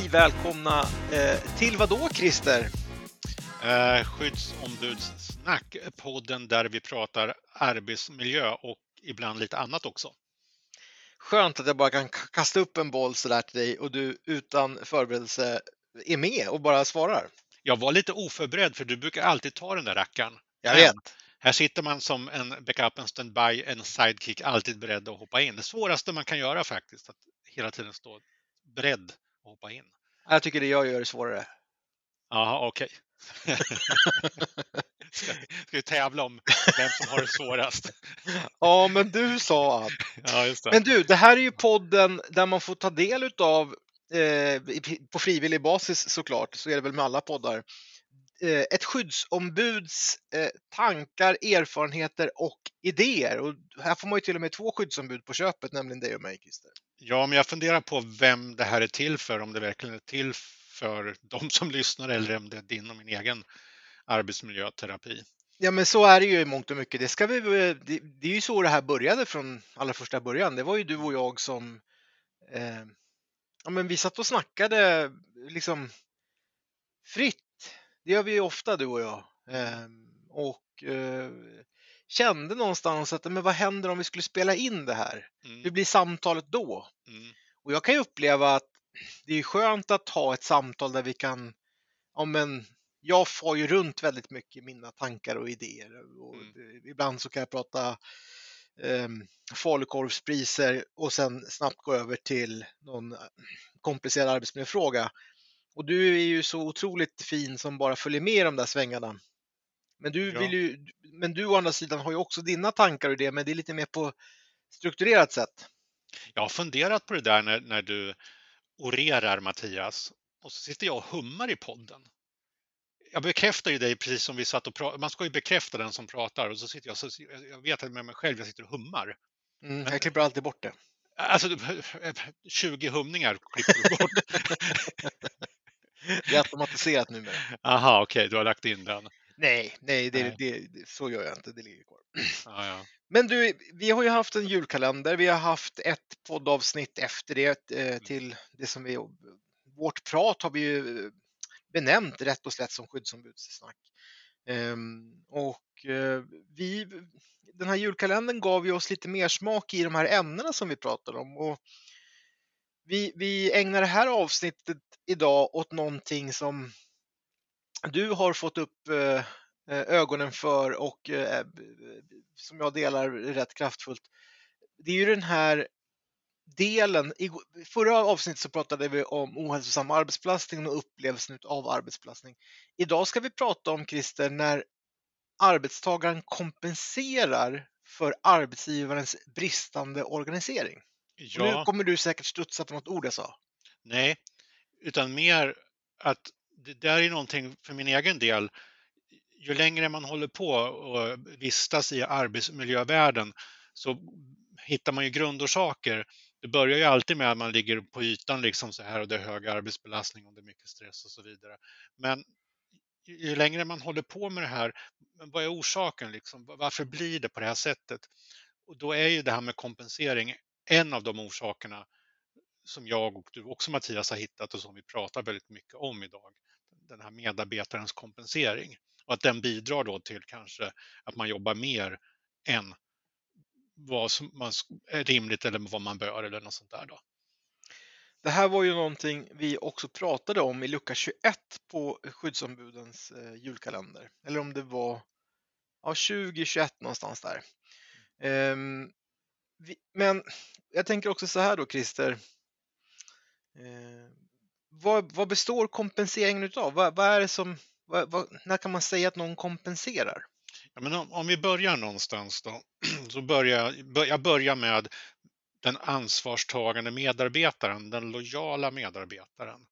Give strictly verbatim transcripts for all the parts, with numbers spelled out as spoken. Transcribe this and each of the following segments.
välkomna eh, till vad då, Christer? Eh, skyddsombudssnack, podden där vi pratar arbetsmiljö och ibland lite annat också. Skönt att jag bara kan kasta upp en boll så där till dig och du utan förberedelse är med och bara svarar. Jag var lite oförberedd för du brukar alltid ta den där rackaren. Jag vet. Här sitter man som en backup, en standby, en sidekick, alltid beredd att hoppa in. Det svåraste man kan göra faktiskt, att hela tiden stå beredd att hoppa in. Jag tycker det jag gör det svårare. Jaha, okej. Okay. Ska, ska vi tävla om vem som har det svårast? Ja, men du sa att... Ja, just det. Men du, det här är ju podden där man får ta del av eh, på frivillig basis såklart, så är det väl med alla poddar. Eh, ett skyddsombuds eh, tankar, erfarenheter och idéer. Och här får man ju till och med två skyddsombud på köpet, nämligen dig och mig, Christer. Ja, men jag funderar på vem det här är till för, om det verkligen är till för de som lyssnar eller om det är din och min egen arbetsmiljöterapi. Ja, men så är det ju i mångt och mycket. Det, ska vi, det, det är ju så det här började från allra första början. Det var ju du och jag som eh, ja, men vi satt och snackade liksom fritt. Det gör vi ju ofta, du och jag. Eh, och eh, kände någonstans att men vad händer om vi skulle spela in det här? Mm. Hur blir samtalet då? Mm. Och jag kan ju uppleva att det är skönt att ha ett samtal där vi kan, ja men jag får ju runt väldigt mycket mina tankar och idéer. Och Mm. ibland så kan jag prata eh, falukorvspriser och sen snabbt gå över till någon komplicerad arbetsmiljöfråga. Och du är ju så otroligt fin som bara följer med de där svängarna. Men du, Ja. vill ju, men du å andra sidan har ju också dina tankar och det, men det är lite mer på strukturerat sätt. Jag har funderat på det där när, när du orerar, Mattias, och så sitter jag och hummar i podden. Jag bekräftar ju dig precis som vi satt och pratade. Man ska ju bekräfta den som pratar, och så sitter jag, så jag vet att med mig själv, jag sitter och hummar. Mm, jag klipper alltid bort det. Alltså tjugo humningar klipper du bort. Det är automatiserat numera. Aha, okej, okay, du har lagt in den. Nej, nej, det, nej. Det, det, så gör jag inte, det ligger kvar. Ja, ja. Men du, vi har ju haft en julkalender, vi har haft ett poddavsnitt efter det eh, till det som vi, vårt prat har vi ju benämnt rätt och slätt som skyddsombudssnack. Ehm, och eh, vi, den här julkalendern gav ju oss lite mer smak i de här ämnena som vi pratar om. Och vi, vi ägnar det här avsnittet idag åt någonting som du har fått upp eh, ögonen för och eh, som jag delar rätt kraftfullt. Det är ju den här delen. I förra avsnittet så pratade vi om ohälsosam arbetsbelastning och upplevelsen av arbetsbelastning. Idag ska vi prata om, Christer, när arbetstagaren kompenserar för arbetsgivarens bristande organisering. Ja. Nu kommer du säkert studsa på något ord jag sa. Nej, utan mer att det där är någonting för min egen del. Ju längre man håller på och vistas i arbetsmiljövärlden så hittar man ju grundorsaker. Det börjar ju alltid med att man ligger på ytan liksom så här och det är hög arbetsbelastning och det är mycket stress och så vidare. Men ju längre man håller på med det här, vad är orsaken liksom? Varför blir det på det här sättet? Och då är ju det här med kompensering en av de orsakerna som jag och du också, Mattias, har hittat och som vi pratar väldigt mycket om idag. Den här medarbetarens kompensering. Och att den bidrar då till kanske att man jobbar mer än vad som är rimligt eller vad man bör eller något sånt där då. Det här var ju någonting vi också pratade om i lucka tjugoett på skyddsombudens eh, julkalender. Eller om det var ja, tjugo tjugoett någonstans där. Um, vi, men jag tänker också så här då, Christer. Eh, vad, vad består kompenseringen utav? Vad, vad är det som, vad, vad, när kan man säga att någon kompenserar? Ja, men om, om vi börjar någonstans då, så börjar jag börjar med den ansvarstagande medarbetaren, den lojala medarbetaren.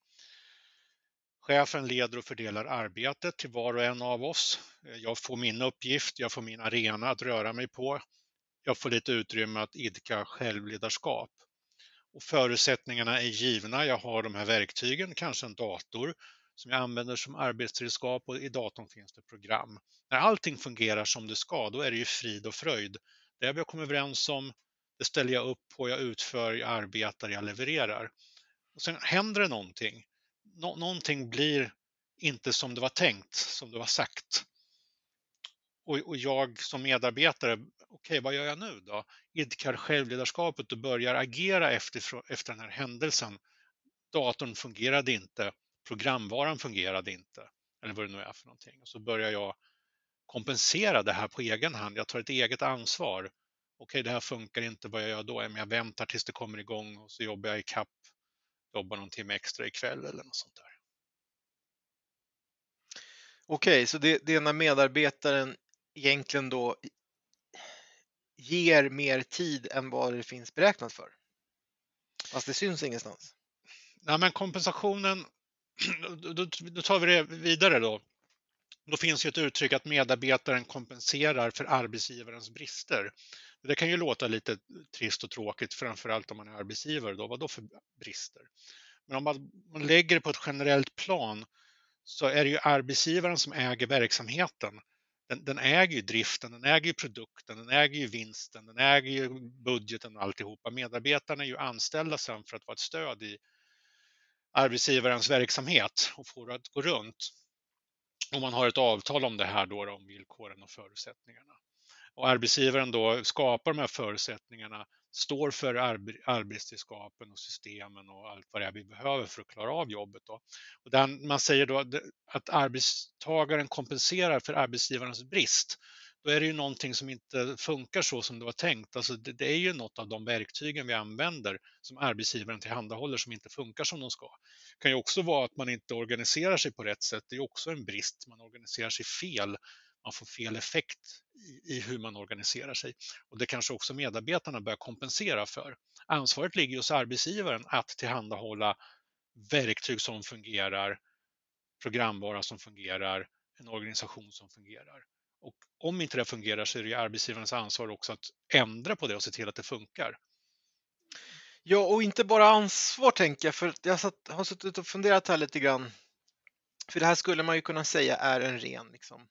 Chefen leder och fördelar arbetet till var och en av oss. Jag får min uppgift, jag får min arena att röra mig på. Jag får lite utrymme att idka självledarskap. Och förutsättningarna är givna. Jag har de här verktygen, kanske en dator som jag använder som arbetsredskap, och i datorn finns det program. När allting fungerar som det ska, då är det ju frid och fröjd. Det har vi kommit överens om, det ställer jag upp på, jag utför, jag arbetar, jag levererar. Och sen händer det någonting. nå- någonting blir inte som det var tänkt, som det var sagt. Och, och jag som medarbetare, okej, okay, vad gör jag nu då? Idkar självledarskapet och börjar agera efter, efter den här händelsen. Datorn fungerade inte, programvaran fungerade inte, eller vad det nu är för någonting. Och så börjar jag kompensera det här på egen hand. Jag tar ett eget ansvar. Okej, okay, det här funkar inte, vad jag gör då? Jag väntar tills det kommer igång och så jobbar jag i kapp, jobbar någon timme extra ikväll eller något sånt där. Okej, så det, det är när medarbetaren egentligen då ger mer tid än vad det finns beräknat för. Fast det syns ingenstans. Nej, men kompensationen, då, då tar vi det vidare då. Då finns ju ett uttryck att medarbetaren kompenserar för arbetsgivarens brister. Det kan ju låta lite trist och tråkigt, framförallt om man är arbetsgivare. Då. Vad då för brister? Men om man, man lägger det på ett generellt plan så är det ju arbetsgivaren som äger verksamheten. Den, den äger ju driften, den äger ju produkten, den äger ju vinsten, den äger ju budgeten och alltihopa. Medarbetarna är ju anställda sen för att vara ett stöd i arbetsgivarens verksamhet och få det att gå runt. Och man har ett avtal om det här då, om villkoren och förutsättningarna. Och arbetsgivaren då skapar de här förutsättningarna, står för arbe- arbetsredskapen och systemen och allt vad det är vi behöver för att klara av jobbet. Då. Och där man säger då att arbetstagaren kompenserar för arbetsgivarens brist, då är det ju någonting som inte funkar så som det var tänkt. Alltså det, det är ju något av de verktygen vi använder som arbetsgivaren tillhandahåller som inte funkar som de ska. Det kan ju också vara att man inte organiserar sig på rätt sätt. Det är också en brist. Man organiserar sig fel. Man får fel effekt i, i hur man organiserar sig. Och det kanske också medarbetarna bör kompensera för. Ansvaret ligger hos arbetsgivaren att tillhandahålla verktyg som fungerar, programvara som fungerar, en organisation som fungerar. Och om inte det fungerar så är det arbetsgivarens ansvar också att ändra på det och se till att det funkar. Ja, och inte bara ansvar tänker jag, för jag satt, har suttit och funderat här lite grann. För det här skulle man ju kunna säga är en ren liksom,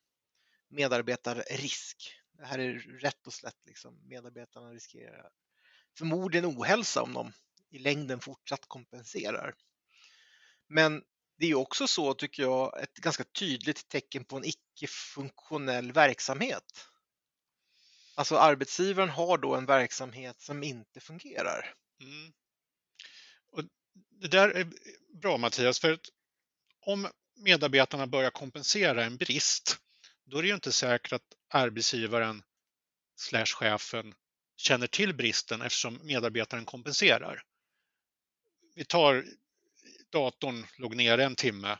medarbetarrisk. Det här är rätt och slätt liksom, medarbetarna riskerar förmodligen ohälsa om de i längden fortsatt kompenserar. Men det är ju också så, tycker jag, ett ganska tydligt tecken på en icke-funktionell verksamhet. Alltså arbetsgivaren har då en verksamhet som inte fungerar. Mm. Och det där är bra, Mattias, för att om medarbetarna börjar kompensera en brist, då är det ju inte säkert att arbetsgivaren slash chefen känner till bristen eftersom medarbetaren kompenserar. Vi tar datorn låg ner en timme.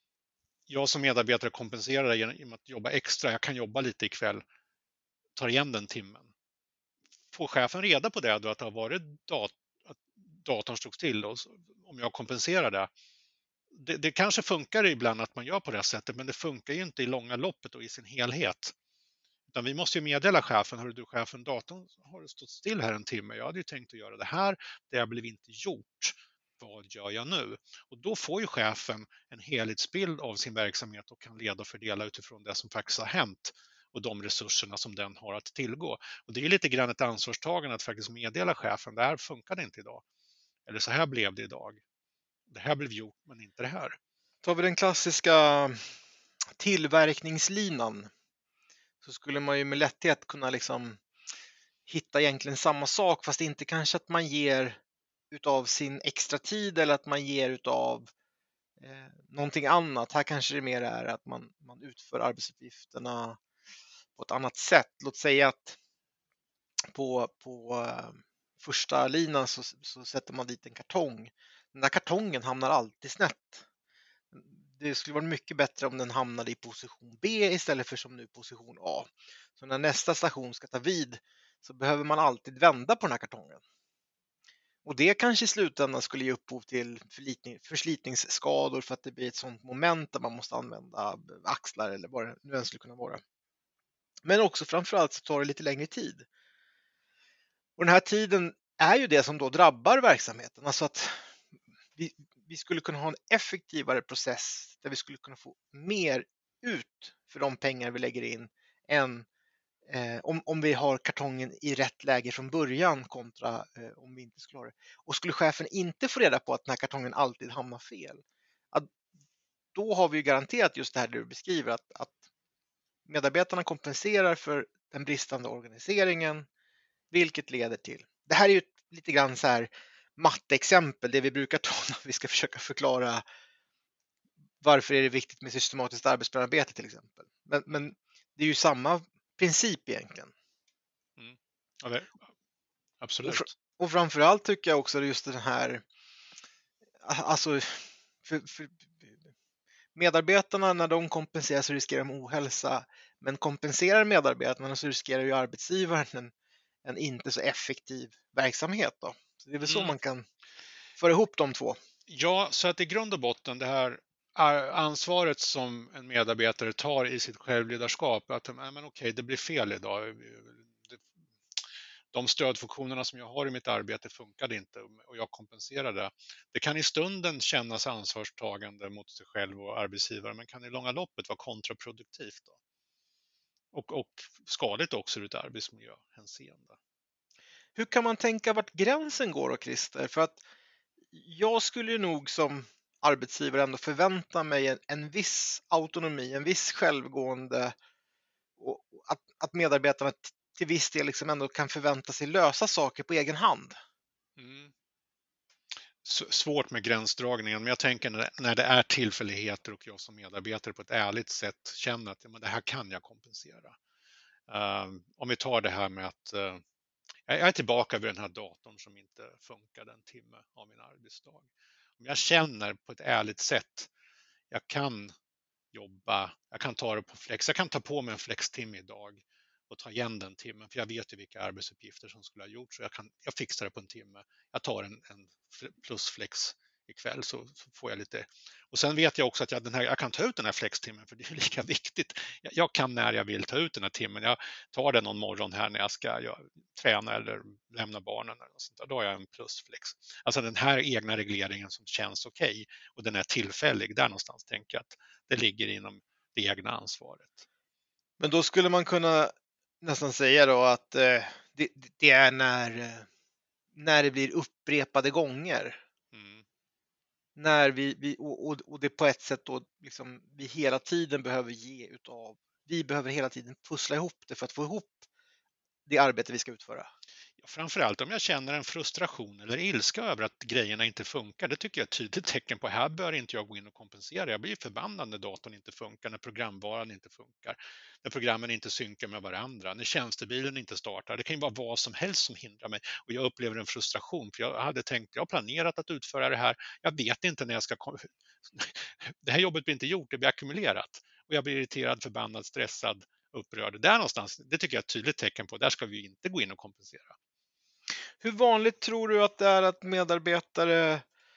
Jag som medarbetare kompenserar genom att jobba extra. Jag kan jobba lite ikväll. Tar igen den timmen. Får chefen reda på det då, att det har varit dat- att datorn stod still och om jag kompenserar det. det. Det kanske funkar ibland att man gör på det sättet, men det funkar ju inte i långa loppet och i sin helhet. Utan vi måste ju meddela chefen, hör du chefen, datorn har stått still här en timme. Jag hade ju tänkt att göra det här, det blev inte gjort. Vad gör jag nu? Och då får ju chefen en helhetsbild av sin verksamhet och kan leda och fördela utifrån det som faktiskt har hänt och de resurserna som den har att tillgå. Och det är lite grann ett ansvarstagande att faktiskt meddela chefen, det här funkade inte idag. Eller så här blev det idag. Det här blev gjort, men inte det här. Tar vi den klassiska tillverkningslinan så skulle man ju med lätthet kunna liksom hitta egentligen samma sak, fast inte kanske att man ger utav sin extra tid eller att man ger utav eh, någonting annat. Här kanske det mer är att man, man utför arbetsuppgifterna på ett annat sätt. Låt säga att på, på eh, första linan så, så sätter man dit en kartong. Den där kartongen hamnar alltid snett. Det skulle vara mycket bättre om den hamnade i position B istället för som nu position A. Så när nästa station ska ta vid så behöver man alltid vända på den här kartongen. Och det kanske i slutändan skulle ge upphov till förslitningsskador för att det blir ett sådant moment där man måste använda axlar eller vad det nu än skulle kunna vara. Men också framförallt så tar det lite längre tid. Och den här tiden är ju det som då drabbar verksamheten. Alltså att vi, vi skulle kunna ha en effektivare process där vi skulle kunna få mer ut för de pengar vi lägger in än eh, om, om vi har kartongen i rätt läge från början kontra eh, om vi inte skulle ha det. Och skulle chefen inte få reda på att den här kartongen alltid hamnar fel, att då har vi ju garanterat just det här du beskriver, att, att medarbetarna kompenserar för den bristande organiseringen, vilket leder till. Det här är ju ett, lite grann så här matteexempel, det vi brukar ta när vi ska försöka förklara varför är det viktigt med systematiskt arbetsplanarbete till exempel. Men, men det är ju samma princip egentligen. Mm. Ja, det, absolut. Och, fr och framförallt tycker jag också just den här, alltså för, för medarbetarna, när de kompenserar så riskerar de ohälsa, men kompenserar medarbetarna så riskerar ju arbetsgivaren en, en inte så effektiv verksamhet då. Så det är väl så Mm. man kan föra ihop de två. Ja, så att i grund och botten det här ansvaret som en medarbetare tar i sitt självledarskap, att men okej, det blir fel idag. De stödfunktionerna som jag har i mitt arbete funkade inte och jag kompenserar det. Det kan i stunden kännas ansvarstagande mot sig själv och arbetsgivare, men kan i långa loppet vara kontraproduktivt då. Och, och skadligt också ur ett arbetsmiljöhänseende. Hur kan man tänka vart gränsen går då, Christer? För att jag skulle ju nog som arbetsgivare ändå förvänta mig en, en viss autonomi, en viss självgående, och att, att medarbetarna till viss del liksom ändå kan förvänta sig lösa saker på egen hand. Mm. Svårt med gränsdragningen, men jag tänker när, när det är tillfälligheter och jag som medarbetare på ett ärligt sätt känner att men det här kan jag kompensera. Uh, om vi tar det här med att uh, jag är tillbaka vid den här datorn som inte funkade en timme av min arbetsdag. Om jag känner på ett ärligt sätt, jag kan jobba, jag kan ta det på flex, jag kan ta på mig en flextimme idag och ta igen den timmen, för jag vet ju vilka arbetsuppgifter som skulle ha gjorts, så jag, kan, jag fixar det på en timme. Jag tar en, en plusflex ikväll så, så får jag lite. Och sen vet jag också att jag, den här, jag kan ta ut den här flextimmen, för det är lika viktigt. Jag, jag kan när jag vill ta ut den här timmen. Jag tar den någon morgon här när jag ska jag, träna eller lämna barnen. Eller sånt där. Då har jag en plusflex. Alltså den här egna regleringen som känns okej okay, och den är tillfällig. Där någonstans tänker jag att det ligger inom det egna ansvaret. Men då skulle man kunna nästan säga då att eh, det, det är när, när det blir upprepade gånger. Mm. När vi, vi och, och det på ett sätt då liksom vi hela tiden behöver ge utav, vi behöver hela tiden pussla ihop det för att få ihop det arbete vi ska utföra. Ja, framförallt om jag känner en frustration eller ilska över att grejerna inte funkar. Det tycker jag är ett tydligt tecken på. Här bör inte jag gå in och kompensera. Jag blir förbannad när datorn inte funkar, när programvaran inte funkar, när programmen inte synkar med varandra, när tjänstebilen inte startar. Det kan ju vara vad som helst som hindrar mig och jag upplever en frustration, för jag hade tänkt, jag har planerat att utföra det här. Jag vet inte när jag ska komma. Det här jobbet blir inte gjort, det blir ackumulerat och jag blir irriterad, förbannad, stressad, upprörd. Där någonstans, det tycker jag är ett tydligt tecken på. Där ska vi inte gå in och kompensera. Hur vanligt tror du att det är att medarbetare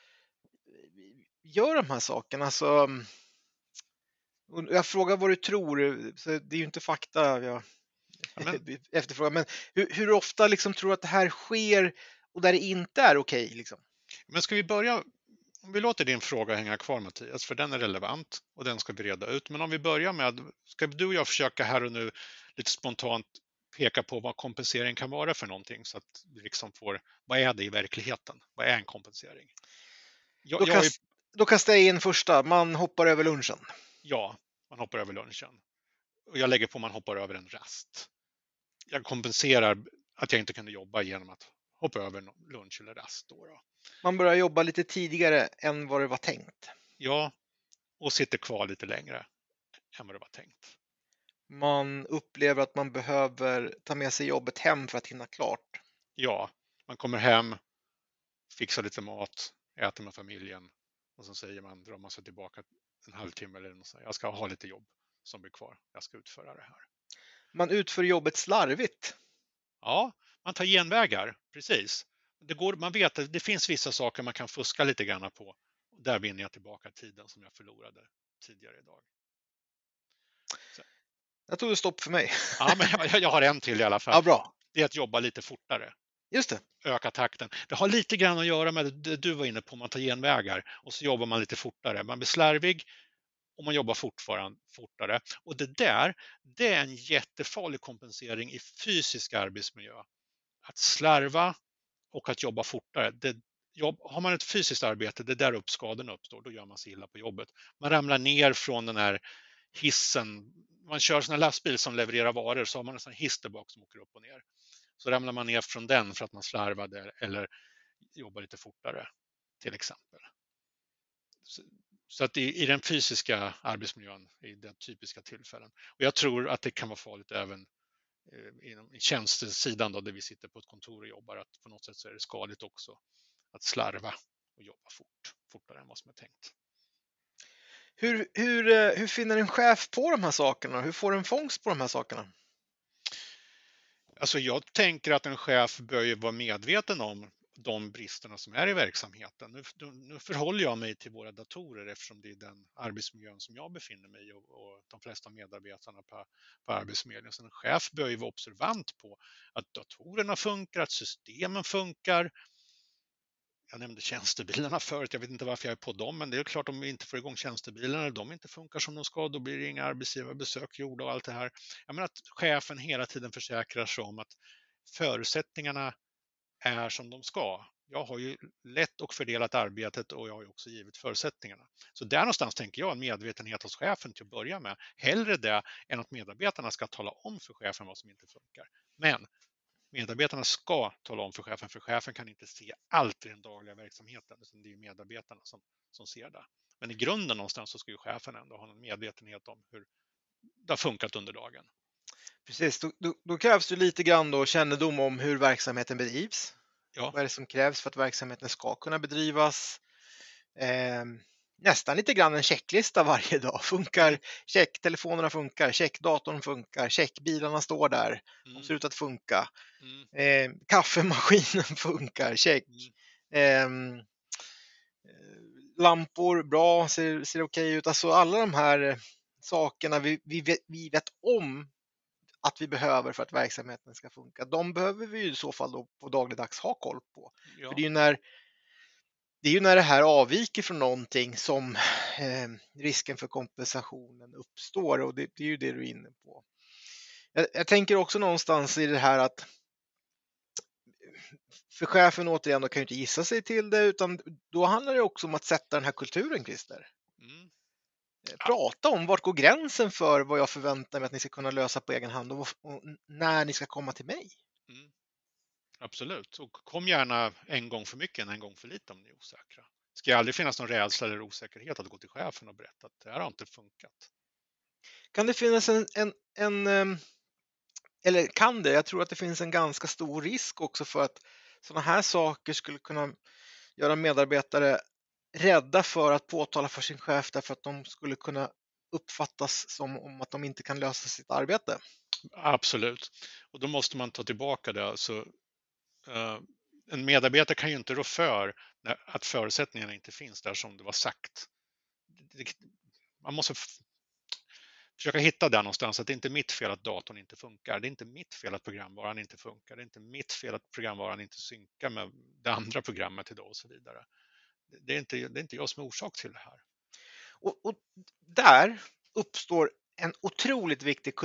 gör de här sakerna? Alltså, jag frågar vad du tror, så det är ju inte fakta jag Amen. efterfrågar, men hur, hur ofta liksom tror du att det här sker och där det inte är okej? Okay, liksom? Men ska vi börja, om vi låter din fråga hänga kvar, Mattias, för den är relevant och den ska vi reda ut. Men om vi börjar med, ska du och jag försöka här och nu lite spontant peka på vad kompensering kan vara för någonting, så att vi liksom får, vad är det i verkligheten? Vad är en kompensering? Jag, då, kast, är, då kastar jag in första, man hoppar över lunchen. Ja, man hoppar över lunchen. Och jag lägger på man hoppar över en rast. Jag kompenserar att jag inte kunde jobba genom att hoppa över lunch eller rast. Då då. Man börjar jobba lite tidigare än vad det var tänkt. Ja, och sitter kvar lite längre än vad det var tänkt. Man upplever att man behöver ta med sig jobbet hem för att hinna klart. Ja, man kommer hem, fixar lite mat, äter med familjen och så säger man, drar man sig tillbaka en halvtimme eller något. Jag ska ha lite jobb som blir kvar. Jag ska utföra det här. Man utför jobbet slarvigt. Ja, man tar genvägar, precis. Det går, man vet att det finns vissa saker man kan fuska lite grann på. Där vinner jag tillbaka tiden som jag förlorade tidigare idag. Så. Jag tog det stopp för mig. Ja, men jag, jag har en till i alla fall. Ja, bra. Det är att jobba lite fortare. Just det. Öka takten. Det har lite grann att göra med det du var inne på, man tar genvägar och så jobbar man lite fortare. Man blir slarvig och man jobbar fortfarande fortare. Och det där, det är en jättefarlig kompensering i fysisk arbetsmiljö. Att slarva och att jobba fortare, det jobb, har man ett fysiskt arbete, det är där upp skadorna uppstår, då gör man sig illa på jobbet. Man ramlar ner från den här hissen. Man kör såna lastbil som levererar varor, så har man en sån hiss där bak som åker upp och ner. Så ramlar man ner från den för att man slarvade eller jobbar lite fortare, till exempel. Så, så att i, i den fysiska arbetsmiljön, i den typiska tillfällen. Och jag tror att det kan vara farligt även eh, inom tjänstesidan då, där vi sitter på ett kontor och jobbar, att på något sätt så är det skadligt också att slarva och jobba fort, fortare än vad som är tänkt. Hur, hur, eh, hur finner en chef på de här sakerna? Hur får en fångst på de här sakerna? Alltså jag tänker att en chef bör ju vara medveten om de bristerna som är i verksamheten. Nu, nu förhåller jag mig till våra datorer eftersom det är den arbetsmiljön som jag befinner mig i och, och de flesta medarbetarna på, på Arbetsförmedlingen. Så en chef bör ju vara observant på att datorerna funkar, att systemen funkar. Jag nämnde tjänstebilarna förut, jag vet inte varför jag är på dem, men det är klart om vi inte får igång tjänstebilarna eller de inte funkar som de ska, då blir det inga arbetsgivarbesök gjorda och allt det här. Jag menar att chefen hela tiden försäkrar sig om att förutsättningarna är som de ska. Jag har ju lätt och fördelat arbetet och jag har ju också givit förutsättningarna. Så där någonstans tänker jag en medvetenhet hos chefen till att börja med. Hellre det än att medarbetarna ska tala om för chefen vad som inte funkar. Men medarbetarna ska tala om för chefen, för chefen kan inte se allt i den dagliga verksamheten. Det är medarbetarna som, som ser det. Men i grunden någonstans så ska ju chefen ändå ha en medvetenhet om hur det har funkat under dagen. Precis, då, då, då krävs det lite grann då kännedom om hur verksamheten bedrivs. Ja. Vad är det som krävs för att verksamheten ska kunna bedrivas? Eh, nästan lite grann en checklista varje dag. Funkar, check, telefonerna funkar, check, datorn funkar, check, bilarna står där, Mm. de ser ut att funka. Mm. Eh, kaffemaskinen funkar, check. Mm. Eh, lampor, bra, ser, ser okej ut. Alltså alla de här sakerna vi, vi, vet, vi vet om att vi behöver för att verksamheten ska funka. De behöver vi i så fall då på dagligdags ha koll på. Ja. För det är ju när det är ju när det här avviker från någonting som eh, risken för kompensationen uppstår, och det, det är ju det du är inne på. Jag, jag tänker också någonstans i det här att för chefen återigen då kan ju inte gissa sig till det, utan då handlar det också om att sätta den här kulturen, Christer. Mm. Prata om vart går gränsen för vad jag förväntar mig att ni ska kunna lösa på egen hand och, och när ni ska komma till mig. Mm. Absolut. Och kom gärna en gång för mycket än en gång för lite om ni är osäkra. Det ska aldrig finnas någon rädsla eller osäkerhet att gå till chefen och berätta att det här har inte funkat. Kan det finnas en, en, en eller kan det? Jag tror att det finns en ganska stor risk också för att sådana här saker skulle kunna göra medarbetare rädda för att påtala för sin chef därför att de skulle kunna uppfattas som om att de inte kan lösa sitt arbete. Absolut. Och då måste man ta tillbaka det. Alltså, uh, en medarbetare kan ju inte rå för när, att förutsättningarna inte finns där som det var sagt. Det, man måste f- försöka hitta där någonstans att det inte är mitt fel att datorn inte funkar. Det är inte mitt fel att programvaran inte funkar. Det är inte mitt fel att programvaran inte synkar med det andra programmet idag och så vidare. Det är inte, det är inte jag som är orsak till det här. Och, och där uppstår en otroligt viktig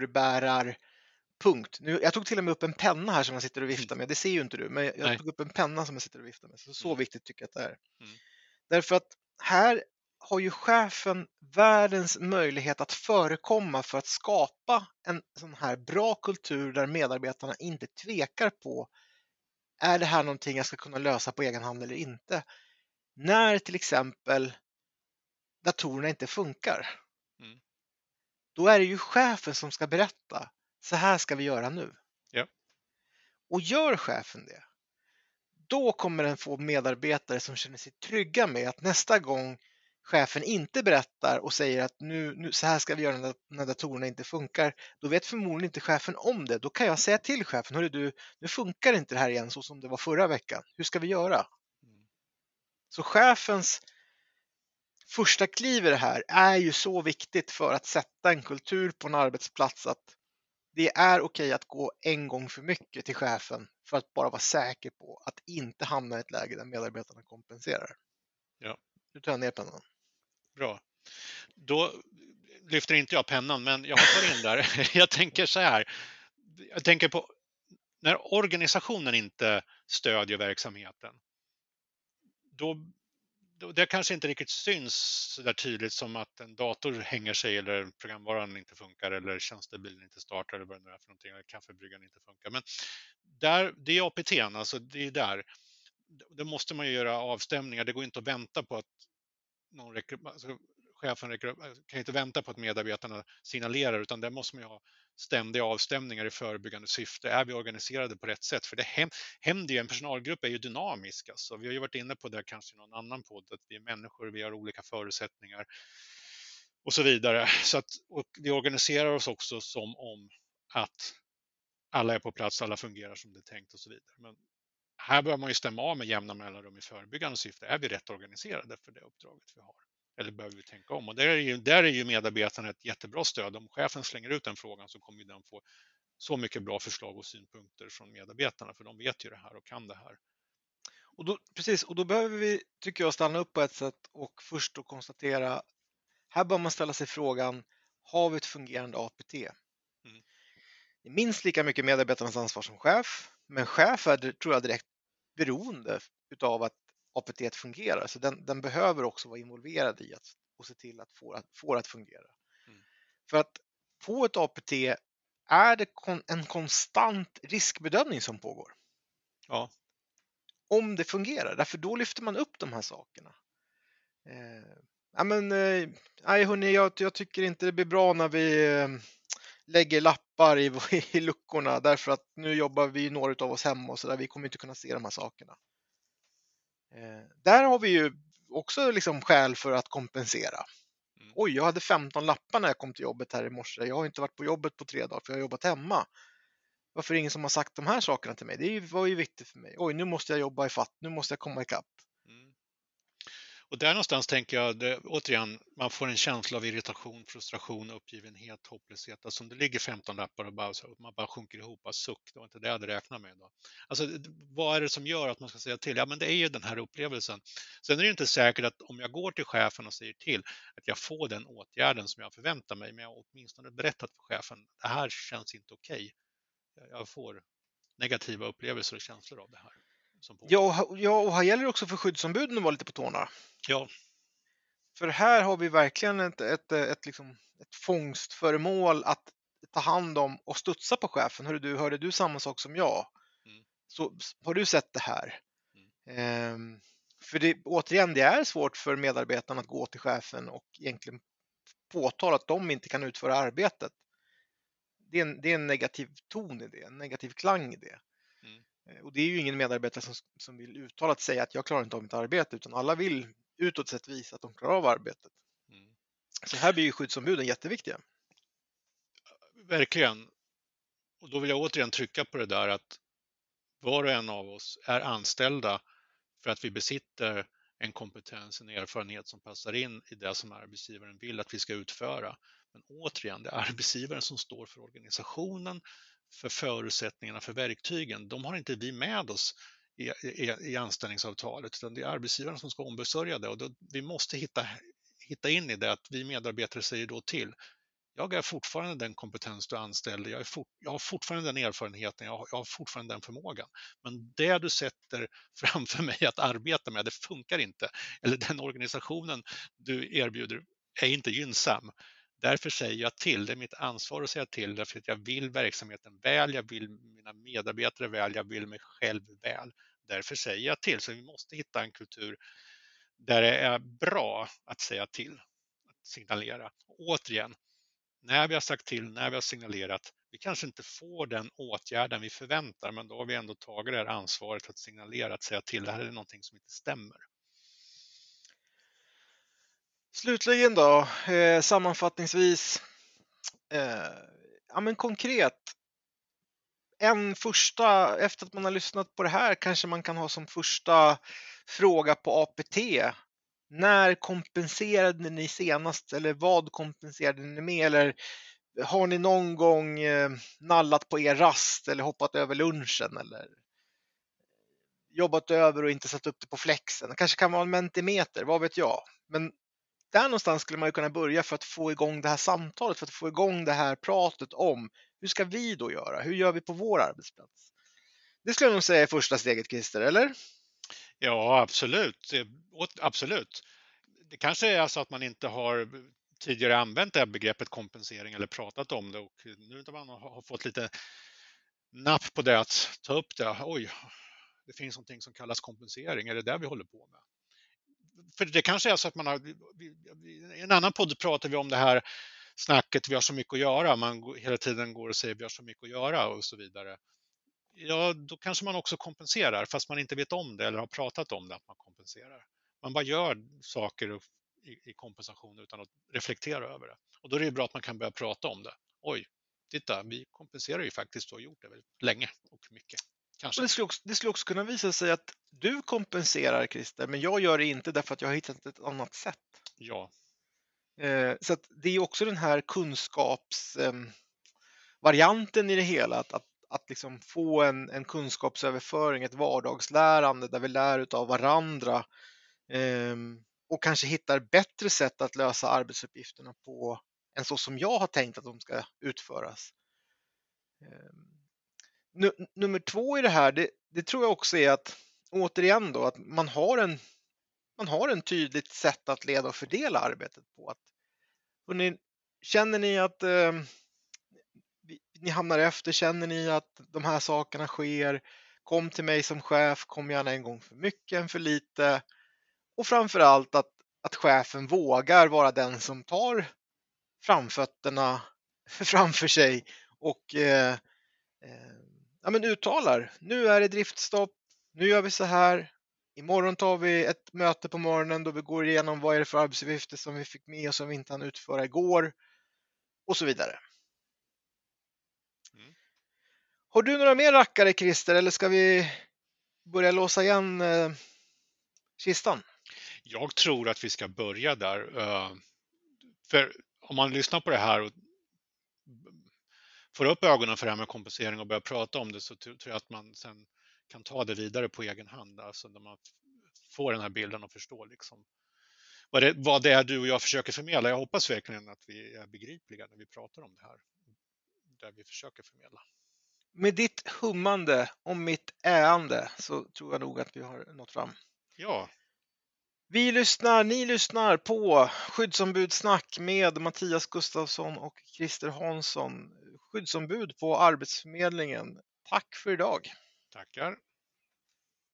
kulturbärarpunkt. Nu, jag tog till och med upp en penna här som jag sitter och viftar med. Det ser ju inte du, men jag Nej. tog upp en penna som jag sitter och viftar med. Så, så Mm. viktigt tycker jag att det är. Mm. Därför att här har ju chefen världens möjlighet att förekomma för att skapa en sån här bra kultur där medarbetarna inte tvekar på, är det här någonting jag ska kunna lösa på egen hand eller inte? När till exempel datorerna inte funkar, Mm. då är det ju chefen som ska berätta, så här ska vi göra nu. Ja. Och gör chefen det, då kommer den få medarbetare som känner sig trygga med att nästa gång chefen inte berättar och säger att nu, nu så här ska vi göra när, när datorerna inte funkar, då vet förmodligen inte chefen om det. Då kan jag säga till chefen, hörru du, nu funkar inte det här igen så som det var förra veckan. Hur ska vi göra? Mm. Så chefens första kliv i det här är ju så viktigt för att sätta en kultur på en arbetsplats att det är okej att gå en gång för mycket till chefen för att bara vara säker på att inte hamna i ett läge där medarbetarna kompenserar. Ja. Nu tar jag ner pennan. Bra. Då lyfter inte jag pennan, men jag hoppar in där. Jag tänker så här. Jag tänker på när organisationen inte stödjer verksamheten. då, då det kanske inte riktigt syns så där tydligt som att en dator hänger sig eller programvaran inte funkar eller tjänstebilen inte startar eller vad det nu är för någonting, eller kaffebryggaren inte funkar. Men där, det är A P T, alltså det är där. Då måste man ju göra avstämningar. Det går inte att vänta på att någon räcker, alltså chefen räcker, kan inte vänta på att medarbetarna signalerar, utan där måste man ju ha ständiga avstämningar i förebyggande syfte. Är vi organiserade på rätt sätt? För det händer ju, en personalgrupp är ju dynamisk. Alltså. Vi har ju varit inne på det kanske i någon annan podd, att vi är människor, vi har olika förutsättningar och så vidare. Så att, och vi organiserar oss också som om att alla är på plats, alla fungerar som det är tänkt och så vidare. Men här bör man ju stämma av med jämna mellanrum i förebyggande syfte. Är vi rätt organiserade för det uppdraget vi har? Eller behöver vi tänka om? Och där är ju, där är ju medarbetarna ett jättebra stöd. Om chefen slänger ut den frågan så kommer den få så mycket bra förslag och synpunkter från medarbetarna, för de vet ju det här och kan det här. Och då, precis, och då behöver vi, tycker jag, stanna upp på ett sätt och först då konstatera, här bör man ställa sig frågan, har vi ett fungerande A P T? Mm. Det är minst lika mycket medarbetarnas ansvar som chef, men chef är, tror jag, direkt beroende utav att A P T fungerar, så den, den behöver också vara involverad i att och se till att få, att få det att fungera. Mm. För att på ett A P T är det kon, en konstant riskbedömning som pågår. Ja. Om det fungerar, därför då lyfter man upp de här sakerna. Eh, ja, men, eh, nej, hörni, jag, jag tycker inte det blir bra när vi eh, lägger lappar i, i luckorna, därför att nu jobbar vi några av oss hemma och så där, vi kommer inte kunna se de här sakerna. Eh, där har vi ju också liksom skäl för att kompensera. Mm. Oj, jag hade femton lappar när jag kom till jobbet här i morse. Jag har inte varit på jobbet på tre dagar för jag har jobbat hemma. Varför är det ingen som har sagt de här sakerna till mig? Det var ju viktigt för mig. Oj, nu måste jag jobba i fatt. Nu måste jag komma ikapp. Mm. Och där någonstans tänker jag, det, återigen, man får en känsla av irritation, frustration, uppgivenhet, hopplöshet. Alltså om det ligger femton lappar och bara, så, man bara sjunker ihop, och suck, det var inte det jag hade räknat med idag. Alltså vad är det som gör att man ska säga till? Ja, men det är ju den här upplevelsen. Sen är det inte säkert att om jag går till chefen och säger till att jag får den åtgärden som jag förväntar mig, men jag har åtminstone berättat för chefen, det här känns inte okej. Jag får negativa upplevelser och känslor av det här. Ja, ja, och här gäller det också för skyddsombuden att vara lite på tårna. Ja. För här har vi verkligen ett, ett, ett, liksom, ett fångstföremål att ta hand om och studsa på chefen. Hörde du, hörde du samma sak som jag? Mm. Så har du sett det här? Mm. Ehm, för det, återigen, det är svårt för medarbetarna att gå till chefen och egentligen påtala att de inte kan utföra arbetet. Det är en, det är en negativ ton i det, en negativ klang i det. Mm. Och det är ju ingen medarbetare som, som vill uttalat säga att jag klarar inte av mitt arbete, utan alla vill utåt sett visa att de klarar av arbetet. Mm. Så här blir ju skyddsombuden jätteviktiga. Verkligen. Och då vill jag återigen trycka på det där att var och en av oss är anställda för att vi besitter en kompetens, en erfarenhet som passar in i det som arbetsgivaren vill att vi ska utföra. Men återigen, det är arbetsgivaren som står för organisationen, för förutsättningarna, för verktygen. De har inte vi med oss i, i, i anställningsavtalet, utan det är arbetsgivaren som ska ombesörja det. Och då, vi måste hitta, hitta in i det att vi medarbetare säger då till. Jag är fortfarande den kompetens du anställde, jag, är fort, jag har fortfarande den erfarenheten, jag har, jag har fortfarande den förmågan. Men det du sätter framför mig att arbeta med, det funkar inte. Eller den organisationen du erbjuder är inte gynnsam. Därför säger jag till, det är mitt ansvar att säga till, därför att jag vill verksamheten väl, jag vill mina medarbetare väl, jag vill mig själv väl. Därför säger jag till, så vi måste hitta en kultur där det är bra att säga till, att signalera. Återigen, när vi har sagt till, när vi har signalerat, vi kanske inte får den åtgärden vi förväntar, men då har vi ändå tagit det här ansvaret att signalera, att säga till, det här är någonting som inte stämmer. Slutligen då, eh, sammanfattningsvis, eh, ja men konkret, en första, efter att man har lyssnat på det här, kanske man kan ha som första fråga på A P T. När kompenserade ni senast, eller vad kompenserade ni med, eller har ni någon gång eh, nallat på er rast eller hoppat över lunchen eller jobbat över och inte satt upp det på flexen? Det kanske kan vara en mentimeter, vad vet jag. Men där någonstans skulle man ju kunna börja för att få igång det här samtalet, för att få igång det här pratet om hur ska vi då göra? Hur gör vi på vår arbetsplats? Det skulle jag nog säga är första steget, Christer, eller? Ja, absolut. Det- åt- Absolut. Det kanske är så att man inte har tidigare använt det här begreppet kompensering eller pratat om det, och nu när man har har fått lite napp på det att ta upp det. Oj, det finns någonting som kallas kompensering. Är det där vi håller på med? För det kanske är så att man har, vi- vi- i en annan podd pratar vi om det här snacket, vi har så mycket att göra. Man går- hela tiden går och säger vi har så mycket att göra och så vidare. Ja, då kanske man också kompenserar fast man inte vet om det eller har pratat om det att man kompenserar. Man bara gör saker och- i, i kompensation utan att reflektera över det. Och då är det ju bra att man kan börja prata om det. Oj, titta, vi kompenserar ju faktiskt och har gjort det väldigt länge och mycket. Och Kanske. det skulle också, det skulle också kunna visa sig att du kompenserar, Christer, men jag gör det inte därför att jag har hittat ett annat sätt. Ja, Eh, så att det är också den här kunskapsvarianten varianten i det hela, att, att, att liksom få en, en kunskapsöverföring, ett vardagslärande där vi lär av varandra eh, och kanske hittar bättre sätt att lösa arbetsuppgifterna på än så som jag har tänkt att de ska utföras. Eh, nu- nummer två i det här, det, det tror jag också är att återigen då att man har en man har en tydligt sätt att leda och fördela arbetet på. Att, hörrni, känner ni att eh, vi- ni hamnar efter, känner ni att de här sakerna sker, kom till mig som chef, kom gärna en gång för mycket än för lite. Och framför allt att, att chefen vågar vara den som tar framfötterna framför sig och eh, eh, ja, men uttalar, nu är det driftstopp, nu gör vi så här. Imorgon tar vi ett möte på morgonen då vi går igenom vad är det för arbetsuppgifter som vi fick med och som vi inte hann utföra igår och så vidare. mm. Har du några mer rackare, Christer, eller ska vi börja låsa igen eh, kistan? Jag tror att vi ska börja där. eh, För om man lyssnar på det här och får upp ögonen för det här med kompensering och börjar prata om det, så tror jag att man sen kan ta det vidare på egen hand. Alltså när man får den här bilden och förstår liksom vad det, vad det är du och jag försöker förmedla. Jag hoppas verkligen att vi är begripliga när vi pratar om det här. Där vi försöker förmedla. Med ditt hummande om mitt äande så tror jag nog att vi har nått fram. Ja, Vi lyssnar, ni lyssnar på Skyddsombudssnack med Mattias Gustafsson och Christer Hansson, skyddsombud på Arbetsförmedlingen. Tack för idag! tackar.